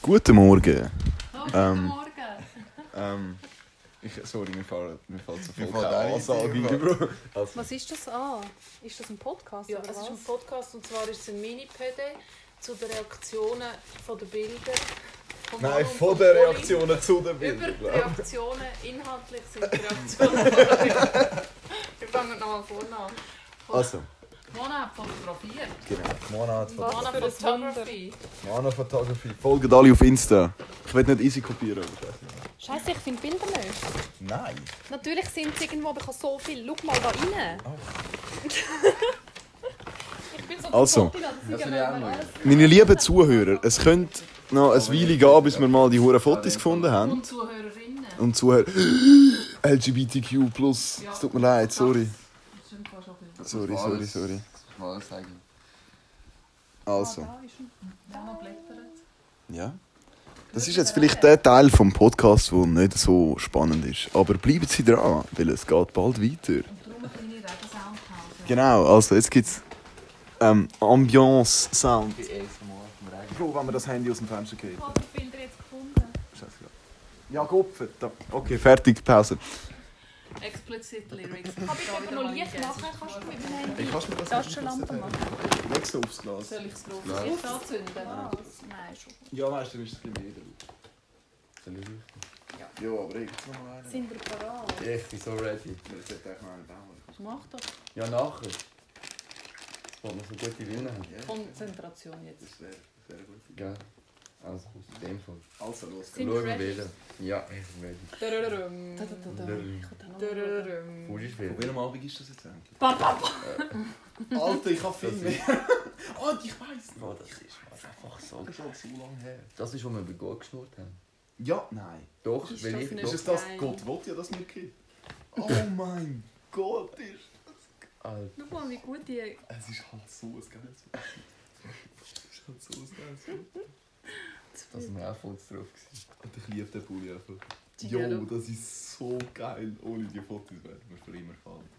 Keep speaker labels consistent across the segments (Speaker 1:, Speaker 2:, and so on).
Speaker 1: Guten Morgen.
Speaker 2: Oh, guten Morgen.
Speaker 1: Sorry, mir fällt so
Speaker 3: Mir
Speaker 1: voll
Speaker 3: fällt
Speaker 1: keine
Speaker 3: auch
Speaker 1: Ansage
Speaker 3: nichts
Speaker 1: ein, Bro. Also,
Speaker 2: Was ist das an? Ist das ein Podcast?
Speaker 4: Ja,
Speaker 2: oder
Speaker 4: es
Speaker 2: was?
Speaker 4: ist ein Podcast und zwar ist es ein Mini-PD zu den Reaktionen von den Bildern. Von
Speaker 1: nein,
Speaker 4: Manu und
Speaker 1: von den
Speaker 4: Oli.
Speaker 1: Reaktionen zu den
Speaker 4: Über
Speaker 1: Bildern,
Speaker 4: die
Speaker 1: glaube ich.
Speaker 4: Reaktionen, inhaltlich sind die Reaktionen von den Bildern. Wir fangen nochmal vorne an.
Speaker 1: Also,
Speaker 2: Mona hat fotografiert.
Speaker 1: genau.
Speaker 3: Monat
Speaker 2: Was
Speaker 4: Mona
Speaker 2: für ein
Speaker 4: Photography.
Speaker 3: Mono Photography.
Speaker 1: Folgt alle auf Insta. Ich will nicht easy kopieren.
Speaker 2: Scheiße, ich finde Bilder nicht.
Speaker 3: Nein.
Speaker 2: Natürlich sind sie irgendwo, aber ich habe so viel. Schau mal da rein. Ich bin so
Speaker 1: Also.
Speaker 3: Das will ich auch noch.
Speaker 1: Meine lieben Zuhörer, es könnte noch eine Weile gehen, bis wir mal die huren Fotos gefunden haben.
Speaker 4: Und Zuhörerinnen.
Speaker 1: Und Zuhörer. LGBTQ+. Es tut mir leid, sorry.
Speaker 4: Das sind fast auch viele.
Speaker 1: Sorry.
Speaker 3: Das mal sagen.
Speaker 1: Also,
Speaker 2: Da ist ein
Speaker 4: Mona blättert.
Speaker 1: ja. Das ist jetzt vielleicht der Teil vom Podcast, der nicht so spannend ist. Aber bleiben Sie dran, weil es geht bald weiter.
Speaker 4: Und darum eine kleine Regensoundpause.
Speaker 1: Genau, also jetzt gibt es Ambiance-Sound. Bro, wenn wir das Handy aus dem Fenster gehen.
Speaker 2: Ich habe die Bilder jetzt gefunden.
Speaker 1: Ja, Gopfer. Okay, fertig, Pause.
Speaker 4: Explicit Lyrics.
Speaker 2: Kann ich aber noch Licht machen? Kannst du mit dem Handy
Speaker 1: Kannst du mir
Speaker 2: Taschenlampe machen?
Speaker 1: Legst du aufs Glas?
Speaker 4: Soll ich das große
Speaker 3: Ja.
Speaker 4: Licht anzünden?
Speaker 2: Nein, schon.
Speaker 1: Ja, weißt du, dann ist es ein bisschen mehr. Ja, aber jetzt noch mal einen.
Speaker 2: Sind wir parat?
Speaker 3: Ich bin so ready.
Speaker 1: Ich sollte eigentlich noch einen bauen.
Speaker 4: Mach doch.
Speaker 3: Ja, nachher. Das wollen wir so gute Willen haben.
Speaker 4: Konzentration jetzt.
Speaker 1: Das wäre gut.
Speaker 3: Ja. Also, in dem Fall.
Speaker 1: Also, los.
Speaker 2: Sind
Speaker 3: Schauen
Speaker 2: wir
Speaker 3: wir
Speaker 2: ready?
Speaker 3: wieder. Ja, ich bin ready.
Speaker 4: Dörrrrrm.
Speaker 3: Dörrrrrm. Fuß ist
Speaker 1: Von
Speaker 3: viel.
Speaker 1: welchem Abend ist das jetzt eigentlich?
Speaker 4: Bam, bam, bam.
Speaker 1: Alter, ich habe viel
Speaker 3: Das
Speaker 1: mehr. Oh, ich weiss
Speaker 3: Oh, das ist einfach so.
Speaker 1: Das ist schon so lange her.
Speaker 3: Das ist, wo wir bei Gott geschnurrt haben.
Speaker 1: Ja, nein.
Speaker 3: Doch,
Speaker 4: Ist
Speaker 3: weil
Speaker 4: das
Speaker 3: ich...
Speaker 4: nicht?
Speaker 1: Ist
Speaker 3: Doch,
Speaker 1: es das?
Speaker 4: Nein.
Speaker 1: Gott will ja, dass wir kippen. Oh mein Gott, ist
Speaker 3: Alter.
Speaker 2: Schau mal, wie gut die...
Speaker 1: es ist halt so ein geiles Bild. Es ist halt so ein geiles Bild.
Speaker 3: Da sind wir auch voll drauf gewesen.
Speaker 1: Und ich liebe den Pulli einfach.
Speaker 4: Die
Speaker 1: Jo,
Speaker 4: Yellow.
Speaker 1: das ist so geil. Ohne die Fotos werden wir für immer fallen.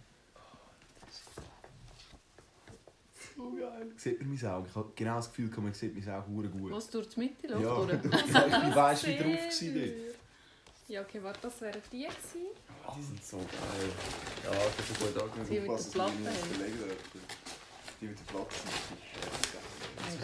Speaker 1: So geil. Sieht man mein Auge? Ich habe genau das Gefühl, man sieht mein Auge verdammt gut.
Speaker 4: Was durch die Mitte läuft,
Speaker 1: Ja,
Speaker 4: oder?
Speaker 1: ich weiss, wie drauf war
Speaker 2: Sehr
Speaker 1: dort.
Speaker 2: gut. Ja, okay, warte, das wären die gewesen.
Speaker 3: Die sind so geil. Ja, das ist gut
Speaker 4: Die
Speaker 3: angenommen.
Speaker 4: mit der
Speaker 1: Aufpassen,
Speaker 4: Platte
Speaker 1: dass ich
Speaker 4: haben.
Speaker 1: nicht verlegen darf. Die mit der Platte sind
Speaker 4: Mega.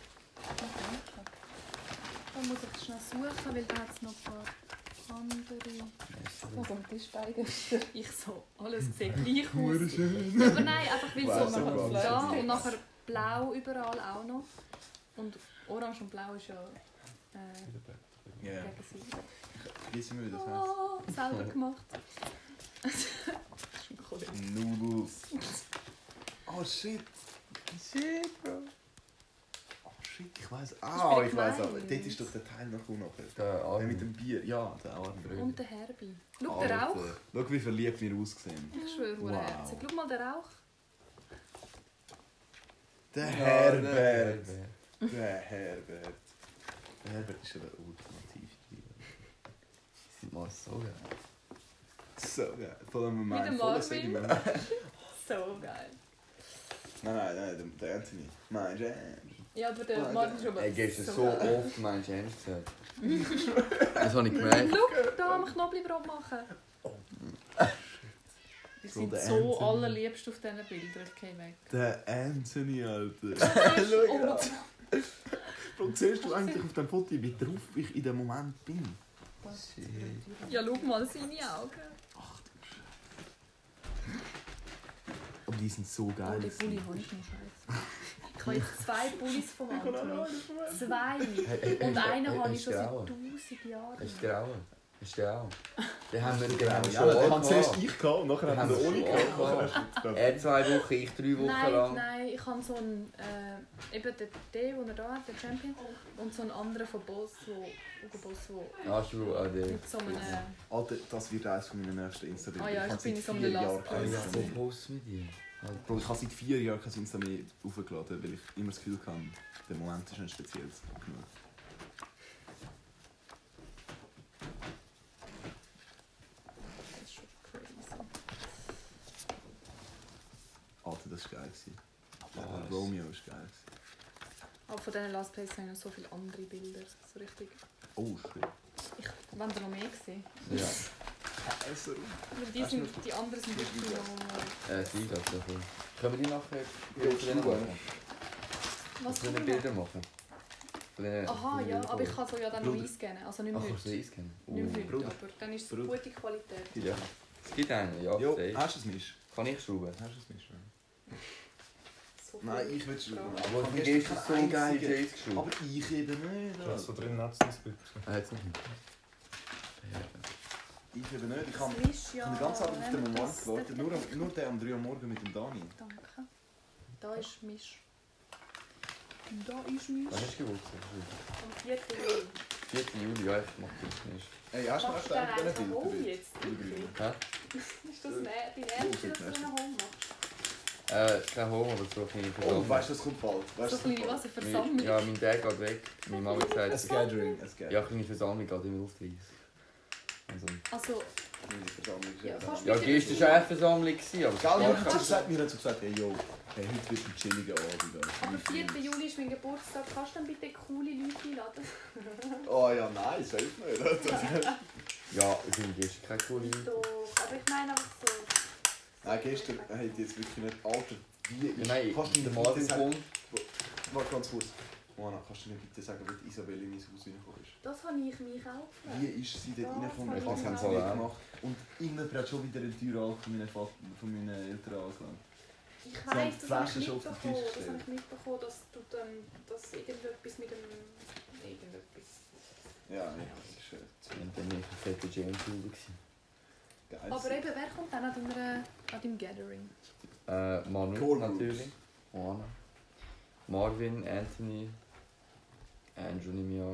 Speaker 2: Da muss ich schnell suchen, weil da hat es noch ein paar andere...
Speaker 4: Was am Tisch beigest du?
Speaker 2: Ich so, alles sieht gleich aus.
Speaker 1: Hure schön.
Speaker 2: Ja, aber nein, einfach weil
Speaker 1: Wow,
Speaker 2: so
Speaker 1: so
Speaker 2: da
Speaker 1: geil.
Speaker 2: und nachher blau überall auch noch. Und orange und blau ist ja
Speaker 1: Ja,
Speaker 2: Gegenseite.
Speaker 1: wissen wir, wie das heisst.
Speaker 2: Oh, selber gemacht.
Speaker 1: Noodles. Oh shit. Shit, Bro. Oh shit, ich weiss. Ah,
Speaker 2: bin
Speaker 1: ich weiss
Speaker 2: klein.
Speaker 1: aber. Dort ist doch der Teil noch nachher.
Speaker 3: Der
Speaker 1: Der
Speaker 3: Arm.
Speaker 1: mit dem Bier. Ja, der arme Brüder.
Speaker 2: Und der Herbie. Schau, der Rauch.
Speaker 1: Schau, wie verliebt wir aussehen.
Speaker 2: Ich schwöre,
Speaker 1: Wow.
Speaker 2: herzig. Schau mal, der Rauch.
Speaker 1: Der
Speaker 3: Ja,
Speaker 1: Herbert.
Speaker 3: der
Speaker 1: Der Herbert. Der Herbert ist ja der ultimative Spieler.
Speaker 3: Die sind mal so geil.
Speaker 1: So geil. Vor allem
Speaker 2: Mit dem
Speaker 1: voller
Speaker 2: Marvin.
Speaker 1: Segment.
Speaker 2: So geil.
Speaker 1: Nein, der Anthony. Mein James.
Speaker 2: Ja, aber der Martin ist aber
Speaker 3: Ey, gehst du so
Speaker 2: geil.
Speaker 3: oft mein James gesagt? Das habe ich gemerkt.
Speaker 2: Schau, da am Knoblauchbrot machen.
Speaker 4: Die
Speaker 1: So,
Speaker 4: sind
Speaker 1: der
Speaker 4: so
Speaker 1: Anthony.
Speaker 4: allerliebst auf diesen Bildern. Ich gehe weg.
Speaker 1: Der Anthony, Alter.
Speaker 2: Oh,
Speaker 1: Bro, siehst du eigentlich auf dem Foto, wie drauf ich in dem Moment bin?
Speaker 3: Shit.
Speaker 2: ja, schau mal seine Augen.
Speaker 1: Aber die sind so
Speaker 2: Oh,
Speaker 1: geil.
Speaker 2: den Pulli habe ich noch scheiße. Ich habe jetzt 2 Pullis vom Anthony. 2. Und einen habe ich schon seit 1000 Jahren.
Speaker 3: Hast du den auch? Hast du den auch? Den haben wir
Speaker 1: Ja,
Speaker 3: schon
Speaker 1: den
Speaker 3: auch
Speaker 1: haben zuerst
Speaker 3: gehabt.
Speaker 1: ich gehabt und nachher
Speaker 3: Den
Speaker 1: haben wir
Speaker 3: haben
Speaker 1: ohne
Speaker 3: wir schon auch
Speaker 1: gehabt.
Speaker 3: Er 2 Wochen, ich 3 Wochen
Speaker 2: Nein,
Speaker 3: lang.
Speaker 2: nein, ich habe so einen, eben den, den er da hat, den Champion, und so einen anderen von Boss, Hugo Boss, wo
Speaker 3: Ah, schon, der.
Speaker 2: mit so einem...
Speaker 1: Alter, das wird eines von meinen nächsten Insta-Bildern.
Speaker 2: Ah ja, ich
Speaker 1: habe
Speaker 2: bin
Speaker 1: seit
Speaker 2: so
Speaker 1: 4
Speaker 2: einem
Speaker 1: Jahren
Speaker 2: Last
Speaker 1: kein
Speaker 3: Ah,
Speaker 1: Insta
Speaker 3: ja, so
Speaker 1: mehr.
Speaker 3: Post mit dir.
Speaker 1: Bro, ich habe seit 4 Jahren kein Insta mehr hochgeladen, weil ich immer das Gefühl hatte, der Moment ist ein spezielles genug.
Speaker 2: Das ist schon crazy.
Speaker 1: Alter, das war geil. Der Romeo war geil.
Speaker 2: Aber von diesen Last Place habe ich noch so viele andere Bilder. So richtig.
Speaker 1: Oh, shit.
Speaker 2: Wenn ihr noch mehr gesehen.
Speaker 3: Ja.
Speaker 1: Also,
Speaker 2: Die anderen sind wirklich noch...
Speaker 3: Die geht so viel. Können wir die nachher
Speaker 1: Ja,
Speaker 3: machen?
Speaker 2: Was
Speaker 3: Können wir
Speaker 2: können wir
Speaker 3: Bilder machen? Von denen-
Speaker 2: Aha,
Speaker 3: von
Speaker 2: ja,
Speaker 3: denen
Speaker 2: aber ich kann so ja dann noch
Speaker 1: Bruder.
Speaker 2: einscannen. Also nicht
Speaker 3: Ach,
Speaker 2: mehr
Speaker 3: kannst du
Speaker 2: heute.
Speaker 3: das einscannen?
Speaker 2: Nicht mehr heute,
Speaker 1: Bruder.
Speaker 2: aber dann ist es
Speaker 1: Bruder.
Speaker 2: gute Qualität.
Speaker 3: Ja. Es gibt einen, ja.
Speaker 1: Jo,
Speaker 3: safe.
Speaker 1: hast du es nicht?
Speaker 3: Kann ich schrauben?
Speaker 1: Hast du es nicht?
Speaker 2: So
Speaker 1: Nein,
Speaker 2: viel
Speaker 1: ich will es schon.
Speaker 2: Fragen.
Speaker 3: Aber
Speaker 1: Ich
Speaker 3: mir
Speaker 1: habe
Speaker 3: ist das so
Speaker 1: gestern
Speaker 3: geil,
Speaker 1: einzige-
Speaker 3: Jays geschraubt.
Speaker 1: Aber ich eben nicht.
Speaker 5: Ja, so drin hat es das Bild.
Speaker 3: Er hat es nicht.
Speaker 1: Ich eben nicht. Ich habe
Speaker 2: Swish, ja.
Speaker 1: den ganzen Abend auf den Moment
Speaker 2: das-
Speaker 1: gewartet. Nur der um 3 Uhr morgens mit dem Dani.
Speaker 2: Danke. Da ist Misch. Da ist Misch.
Speaker 3: Wann hast du Geburtstag?
Speaker 2: Am 4. Juli.
Speaker 3: 4. Juli, ja, ich mach das nicht.
Speaker 1: Hey, hast du
Speaker 2: Machst
Speaker 1: noch
Speaker 2: du dann
Speaker 1: einen
Speaker 2: einfach
Speaker 1: Bild?
Speaker 2: Home jetzt? Wirklich?
Speaker 3: Hä?
Speaker 2: Ist das dein Ernst, dass du einen Home machst?
Speaker 3: Kein Home, aber so eine kleine
Speaker 1: Oh,
Speaker 3: Versammlung.
Speaker 1: weißt du, das kommt bald.
Speaker 2: So
Speaker 1: Weißt
Speaker 2: eine
Speaker 1: du,
Speaker 2: kleine was, eine Versammlung?
Speaker 3: Ja, mein Dad geht weg. Meine Mama hat
Speaker 1: Ein
Speaker 3: gesagt,
Speaker 1: Gathering.
Speaker 3: ja, eine kleine Versammlung geht immer auf die Eis. Also,
Speaker 2: Also,
Speaker 1: Kleine Versammlung.
Speaker 2: ja, kannst du
Speaker 3: ja,
Speaker 2: bitte-
Speaker 3: gestern war auch eine Versammlung, aber
Speaker 1: Gell,
Speaker 3: es
Speaker 1: wir
Speaker 3: war
Speaker 1: haben so gesagt, hey, yo, hey, heute wird ein chilliger Abend.
Speaker 2: Aber 4. Juli ist mein Geburtstag. Kannst du dann bitte coole Leute einladen?
Speaker 1: Oh ja, nein, safe nicht.
Speaker 3: Ja, ich finde gestern keine coole Leute.
Speaker 2: Doch, aber ich meine einfach so...
Speaker 1: Nein, gestern hat jetzt wirklich nicht... Alter, wie...
Speaker 3: Ja, nein,
Speaker 1: kannst du
Speaker 3: der
Speaker 1: mir
Speaker 3: Marvin
Speaker 1: bitte sagen...
Speaker 3: kommt.
Speaker 1: Warte ganz kurz. Moana, kannst du mir bitte sagen, wie die Isabelle in mein Haus reingekommen ist?
Speaker 2: Das habe ich mich auch gefragt.
Speaker 1: Wie ist sie dort
Speaker 2: Das
Speaker 1: reingekommen?
Speaker 2: habe ich
Speaker 1: Was haben sie
Speaker 3: auch.
Speaker 1: nicht gemacht? Und irgendjemand hat schon wieder eine Tür von meinen Eltern angelangt.
Speaker 2: Ich
Speaker 1: haben
Speaker 2: weiss, das habe ich
Speaker 1: Flaschen schon auf den
Speaker 2: mitbekommen.
Speaker 1: Tisch
Speaker 2: Das habe
Speaker 1: gestellt.
Speaker 2: ich mitbekommen, dass du dann... Dass irgendetwas mit dem... Irgendetwas...
Speaker 1: Ja, ja, das ist schön.
Speaker 3: Und dann war ich ein fetter James Hilde.
Speaker 1: Geil.
Speaker 2: Aber eben, wer kommt dann an deinem Gathering?
Speaker 3: Manu
Speaker 1: Core
Speaker 3: natürlich. Moana. Marvin, Anthony. Andrew nehme ich an.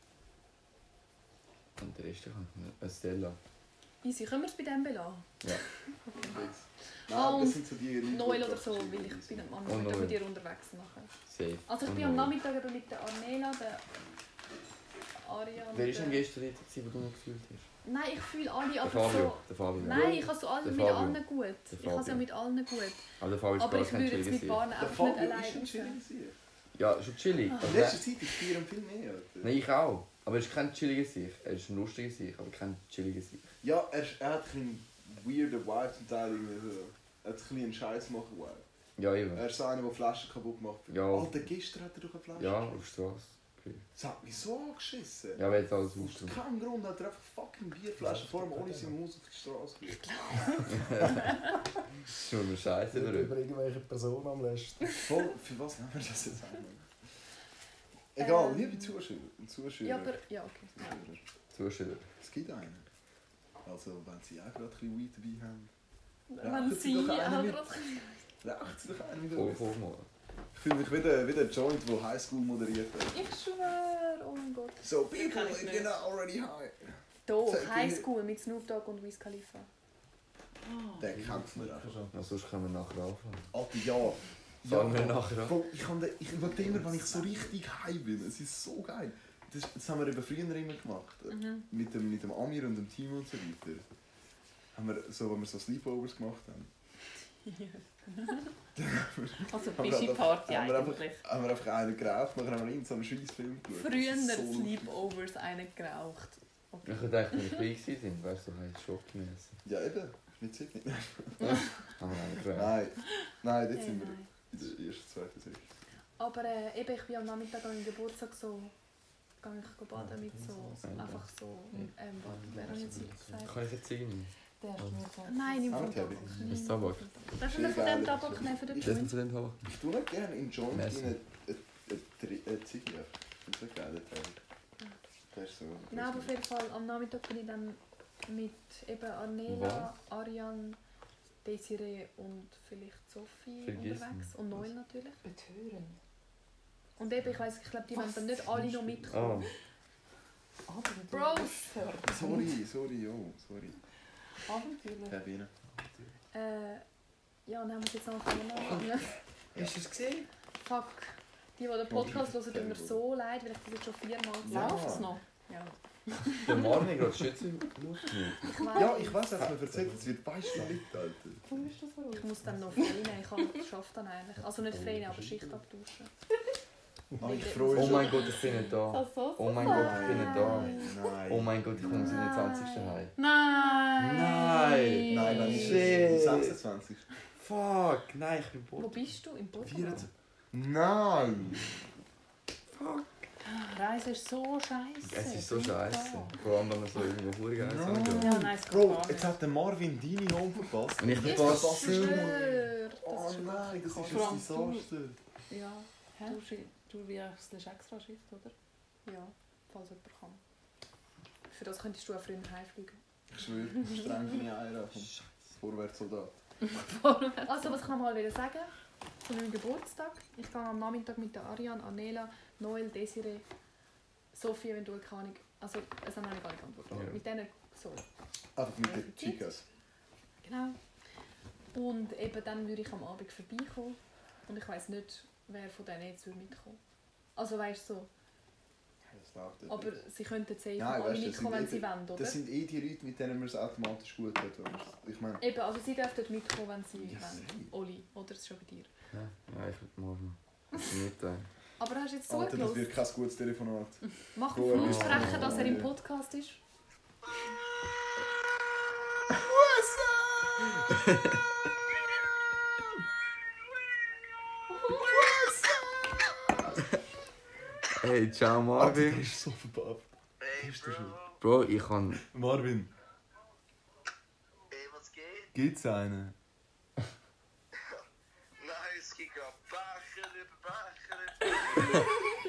Speaker 3: Und der Rest kann ich nicht. Stella.
Speaker 2: Easy, können wir es bei dem belassen?
Speaker 3: Ja.
Speaker 1: Nein, das sind so die Leute,
Speaker 2: Noel
Speaker 1: die
Speaker 2: oder
Speaker 1: das
Speaker 2: so,
Speaker 1: geschrieben
Speaker 2: weil ich
Speaker 1: haben.
Speaker 2: bin am
Speaker 3: Und
Speaker 2: Nachmittag
Speaker 3: Noel.
Speaker 2: mit dir unterwegs nachher.
Speaker 3: Safe.
Speaker 2: Also ich
Speaker 3: Und
Speaker 2: bin am
Speaker 3: Noel.
Speaker 2: Nachmittag eben mit der Arnela, der Aria und
Speaker 3: Wer war denn
Speaker 2: der...
Speaker 3: gestern dort, wo du noch gefühlt hast?
Speaker 2: Nein, ich fühle alle,
Speaker 3: Der
Speaker 2: aber
Speaker 3: Fabio.
Speaker 2: so...
Speaker 3: Der Fabio.
Speaker 2: Nein, ich habe so
Speaker 3: Der
Speaker 2: mit
Speaker 3: Fabio.
Speaker 2: allen gut.
Speaker 3: Der
Speaker 2: Ich habe es ja
Speaker 3: Fabio.
Speaker 2: mit allen gut.
Speaker 3: Aber der Fabio ist
Speaker 2: Aber
Speaker 3: gar
Speaker 2: ich
Speaker 3: kein
Speaker 2: würde jetzt mit
Speaker 3: chilliger
Speaker 2: Bahnen
Speaker 1: Der
Speaker 2: auch nicht
Speaker 1: Fabio
Speaker 2: allein
Speaker 1: ist schon
Speaker 2: raus.
Speaker 1: chillig.
Speaker 3: Ja, schon chillig.
Speaker 2: Ah.
Speaker 1: In
Speaker 3: Also,
Speaker 1: letzter Zeit ist Bier und viel mehr. Alter.
Speaker 3: nein, ich auch. Aber er ist kein chilliger Sich. Er ist ein lustiger Sich, aber kein chilliger Sich.
Speaker 1: Ja, er hat ein weirden Vibe zum Teil. Irgendwie so. Er hat ein bisschen einen Scheiß machen Vibe.
Speaker 3: Ja, eben.
Speaker 1: Er ist so einer, der Flaschen kaputt macht.
Speaker 3: Ja.
Speaker 1: Alter, gestern hat er doch eine Flasche.
Speaker 3: Ja, auf der Straße. Okay.
Speaker 1: Das hat mich so angeschissen.
Speaker 3: Ja, wer hat alles
Speaker 1: Aus
Speaker 3: aufgeschrieben?
Speaker 1: keinem Grund hat er einfach fucking Bierflaschen vor dem Oli seinem Haus auf die Straße gelegt.
Speaker 3: Das ist schon eine Scheiße,
Speaker 5: Über
Speaker 3: oder?
Speaker 5: irgendwelche Personen am lästern.
Speaker 1: Voll, für was nehmen wir das jetzt an? Egal, liebe Zuschauer und Zuschauer.
Speaker 2: Ja, aber... Ja, okay.
Speaker 3: Zuschauer.
Speaker 1: Es gibt einen. Also, wenn sie auch gerade ein bisschen Weed dabei haben,
Speaker 2: Wenn
Speaker 1: rauchen
Speaker 2: sie
Speaker 1: doch einen
Speaker 2: auch
Speaker 1: mit.
Speaker 2: gerade...
Speaker 1: raucht sie doch einen mit
Speaker 3: Voll,
Speaker 1: uns.
Speaker 3: voll mal.
Speaker 1: Ich fühle mich wie der Joint, der Highschool moderiert hat.
Speaker 2: Ich schwöre, oh mein Gott.
Speaker 1: So, people,
Speaker 2: kann ich
Speaker 1: if
Speaker 2: nicht.
Speaker 1: you're not already high.
Speaker 2: Doch,
Speaker 1: Sag mir-
Speaker 2: Highschool mit Snoop Dogg und Wiz Khalifa.
Speaker 1: Der kämpft mir einfach.
Speaker 3: Ja, sonst können wir nachher anfangen.
Speaker 1: Alter, ja.
Speaker 3: Fangen wir nachher an.
Speaker 1: Voll, ich will immer, wenn ich so richtig high bin. Es ist so geil. Das haben wir eben früher immer gemacht. Mit dem Amir und dem Team und so weiter. Haben wir so, wenn wir so Sleepovers gemacht haben.
Speaker 2: Also
Speaker 1: Haben wir
Speaker 2: Fishy Party
Speaker 1: haben wir
Speaker 2: eigentlich.
Speaker 1: Haben wir einfach einen geraucht, nachher haben wir in so einen scheiß Film geschaut.
Speaker 2: Früher
Speaker 1: Das ist so lustig.
Speaker 2: Sleepovers einen geraucht. Okay.
Speaker 3: Ich dachte, wenn wir klein waren, weißt du, so heiß schockmäßig.
Speaker 1: Ja, eben. Mit Sydney.
Speaker 3: Haben wir einen geraucht.
Speaker 1: Nein, dort sind wir
Speaker 2: Nein.
Speaker 1: in der ersten, zweiten Serie.
Speaker 2: Aber eben, ich bin am Nachmittag an meinem Geburtstag so... Gehe ich baden mit so... Einfach so... Wer hat jetzt gesagt?
Speaker 3: Kann ich jetzt singen?
Speaker 2: Nein, nimm
Speaker 1: Ah,
Speaker 2: vom
Speaker 1: okay,
Speaker 2: Tabak.
Speaker 1: bitte.
Speaker 3: Das Tabak.
Speaker 2: Darfst du mir von dem Tabak nehmen für den
Speaker 3: Das ist
Speaker 2: Joint?
Speaker 3: von dem Tabak.
Speaker 1: Ich tue nicht gerne im Joint
Speaker 3: Messi.
Speaker 1: eine Ziege. Das ist so geil, der Teil. Das ist so...
Speaker 2: Nein, aber auf jeden Fall, am Nachmittag bin ich dann mit eben Arnela, Ariane, Desiree und vielleicht Sophie
Speaker 3: Vergiss
Speaker 2: unterwegs.
Speaker 3: nicht.
Speaker 2: Und Noel natürlich.
Speaker 4: Betören.
Speaker 2: Und eben, ich glaube, die wollen dann nicht alle noch
Speaker 3: Ah,
Speaker 2: mitkommen.
Speaker 4: Bros!
Speaker 1: Sorry, sorry.
Speaker 4: Abenteuerlich.
Speaker 1: Kevin.
Speaker 2: Ja, und dann haben wir es jetzt noch anfangen.
Speaker 3: hast du es gesehen?
Speaker 2: Fuck. Die den Podcast hören, tut mir so leid, weil ich das jetzt schon 4-mal gesagt
Speaker 1: Ja.
Speaker 2: habe.
Speaker 4: Läuft es noch?
Speaker 2: Ja.
Speaker 3: Der Marvin hat gerade Schütze im Mund genommen.
Speaker 2: Ich weiss.
Speaker 1: Ja, ich weiß, hast du mir erzählt, es wird Beispiel mit, Alter.
Speaker 4: Warum ist das so?
Speaker 2: Ich muss dann noch frei nehmen. Ich schaffe dann eigentlich. Also nicht frei nehmen, aber Schicht abtauschen.
Speaker 1: Ich freue mich.
Speaker 3: Oh mein Gott, ich bin nicht da.
Speaker 2: So.
Speaker 3: Oh mein Gott, ich bin nicht da.
Speaker 1: Nein.
Speaker 3: Oh mein Gott, ich komme am 27. heim.
Speaker 2: Nein!
Speaker 3: Nein.
Speaker 1: Nein, dann ist
Speaker 3: Shit.
Speaker 1: es 26.
Speaker 3: Fuck, nein, ich bin
Speaker 2: Wo
Speaker 3: Boot.
Speaker 2: bist du? Im Portugal?
Speaker 1: 24. Nein!
Speaker 3: Fuck.
Speaker 4: Reise ist so scheiße.
Speaker 3: Es ist so scheiße. Vor allem, wenn man so irgendwo geil ist.
Speaker 4: Ja, nein, es geht
Speaker 1: Bro,
Speaker 4: gar
Speaker 1: jetzt
Speaker 4: nicht.
Speaker 1: hat der Marvin deine Home verpasst.
Speaker 3: Und ich
Speaker 2: Ich
Speaker 3: verpasse
Speaker 2: schwöre.
Speaker 1: Oh
Speaker 2: Das ist
Speaker 1: nein, das ist
Speaker 4: Vor allem
Speaker 1: ein Desaster.
Speaker 2: Ja. Hä?
Speaker 4: Du wechselst extra Schicht, oder?
Speaker 2: Ja, falls jemand kann. Für das könntest du auch früher heimfliegen.
Speaker 1: Ich schwöre, streng deine Eier ab. Vorwärtssoldat.
Speaker 2: Also, was ich noch mal sagen zu meinem Geburtstag. Ich gehe am Nachmittag mit der Ariane, Anela, Noel, Desiree, Sophie, wenn du keine Ahnung. Also, es haben noch gar nicht geantwortet. Aber
Speaker 1: Ja.
Speaker 2: mit denen so.
Speaker 1: Einfach mit den Chicas.
Speaker 2: Genau. Und eben dann würde ich am Abend vorbeikommen. Und ich weiss nicht, wer von denen jetzt mitkommen. Also weißt du so.
Speaker 1: Das läuft nicht.
Speaker 2: Aber sie könnten safe
Speaker 1: Nein,
Speaker 2: alle
Speaker 1: weißt du,
Speaker 2: mitkommen, wenn
Speaker 1: das sind
Speaker 2: sie wollen, oder?
Speaker 1: Das sind eh die Leute, mit denen man es automatisch gut hat. Ich meine,
Speaker 2: Eben, also sie dürften mitkommen, wenn sie
Speaker 1: Ja,
Speaker 2: wollen.
Speaker 1: safe.
Speaker 2: Oli, oder ist es schon bei dir?
Speaker 3: Ja, ich will morgen. Ich bin nicht da.
Speaker 2: Aber hast du jetzt
Speaker 1: Alter, das
Speaker 2: zugelassen?
Speaker 1: wird kein gutes Telefonat.
Speaker 2: Mach
Speaker 1: Bro,
Speaker 2: auf Lautsprecher, dass er im
Speaker 1: ja.
Speaker 2: Podcast ist.
Speaker 3: Hey, ciao
Speaker 1: Alter,
Speaker 3: Marvin.
Speaker 1: der ist so verpappt.
Speaker 6: Hey,
Speaker 1: Ist der schon?
Speaker 3: Bro, ich kann.
Speaker 1: Marvin,
Speaker 6: Hey, was geht?
Speaker 1: gibt's einen?
Speaker 6: Nein, es gibt gerade Becher.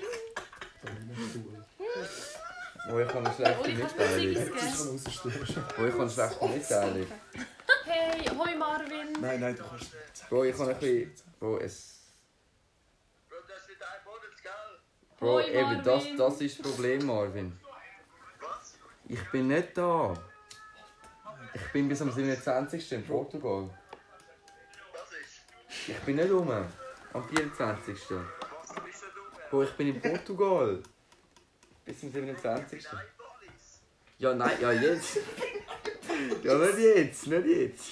Speaker 3: Bro, ich kann eine schlechte
Speaker 2: Oli, kannst du
Speaker 3: Mitteilung.
Speaker 2: mir
Speaker 5: Jetzt ist
Speaker 2: Ziggis
Speaker 5: schon rausstehen.
Speaker 3: Bro, ich kann eine schlechte Mitteilung.
Speaker 2: geben? Hey, hoi Marvin!
Speaker 1: Nein, du kannst.
Speaker 3: Bro, ich kann ein bisschen. Bro, es.
Speaker 6: Bro, das ist wieder ein Monat, gell?
Speaker 3: Bro,
Speaker 2: Hoi,
Speaker 3: eben,
Speaker 2: Marvin.
Speaker 3: das ist das Problem, Marvin.
Speaker 6: Was?
Speaker 3: Ich bin nicht da. Ich bin bis am 27. in Portugal.
Speaker 6: Was ist?
Speaker 3: Ich bin nicht rum. Am 24.
Speaker 6: Was bist du?
Speaker 3: Bro, ich bin in Portugal. Bis zum 27.
Speaker 6: Nein, Wallis.
Speaker 3: Ja, nein, ja, jetzt. Ja, nicht jetzt, nicht jetzt.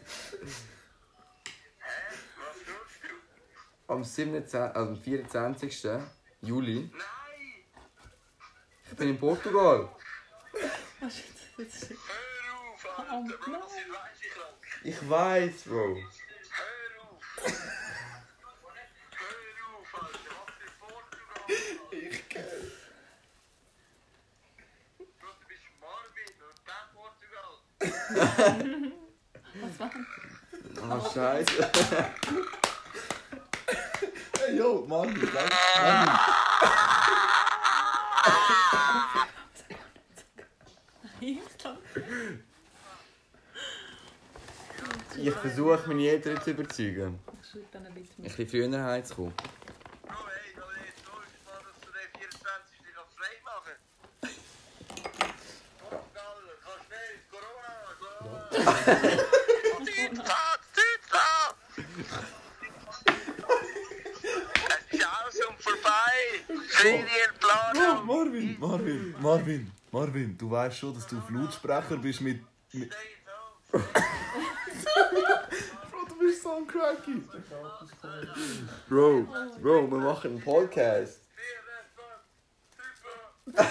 Speaker 6: Was tust du?
Speaker 3: Am 27, also am 24. Juli.
Speaker 6: Nein!
Speaker 3: Ich bin in Portugal.
Speaker 6: Hör auf, Alter.
Speaker 2: Oh,
Speaker 6: Bro, das
Speaker 2: nein.
Speaker 6: sind weise krank.
Speaker 3: Ich weiß, Bro.
Speaker 6: Hör auf. Hör auf, Alter. Was für Portugal?
Speaker 1: Ich kenn.
Speaker 6: Bro, du bist Marvin und kein Portugal.
Speaker 2: Was war denn?
Speaker 3: Ah, Scheiße.
Speaker 1: Hey, yo, Marvin, Marvin.
Speaker 3: Ich versuche, meine Eltern zu überzeugen.
Speaker 2: Ich schreibe dann ein bisschen
Speaker 3: Ein
Speaker 2: mit.
Speaker 3: bisschen früher heimzukommen.
Speaker 6: Bro, hey, da jetzt los, dass du den 24. frei machen Portugal, kannst nicht. Corona. Deutschland! Es ist alles und vorbei. Ferienplanung.
Speaker 1: Marvin, du weißt schon, dass du auf Lautsprecher bist mit.
Speaker 6: Stay auf.
Speaker 1: Bro, du bist so ein Cracky.
Speaker 3: Bro, wir machen einen Podcast.
Speaker 2: Mach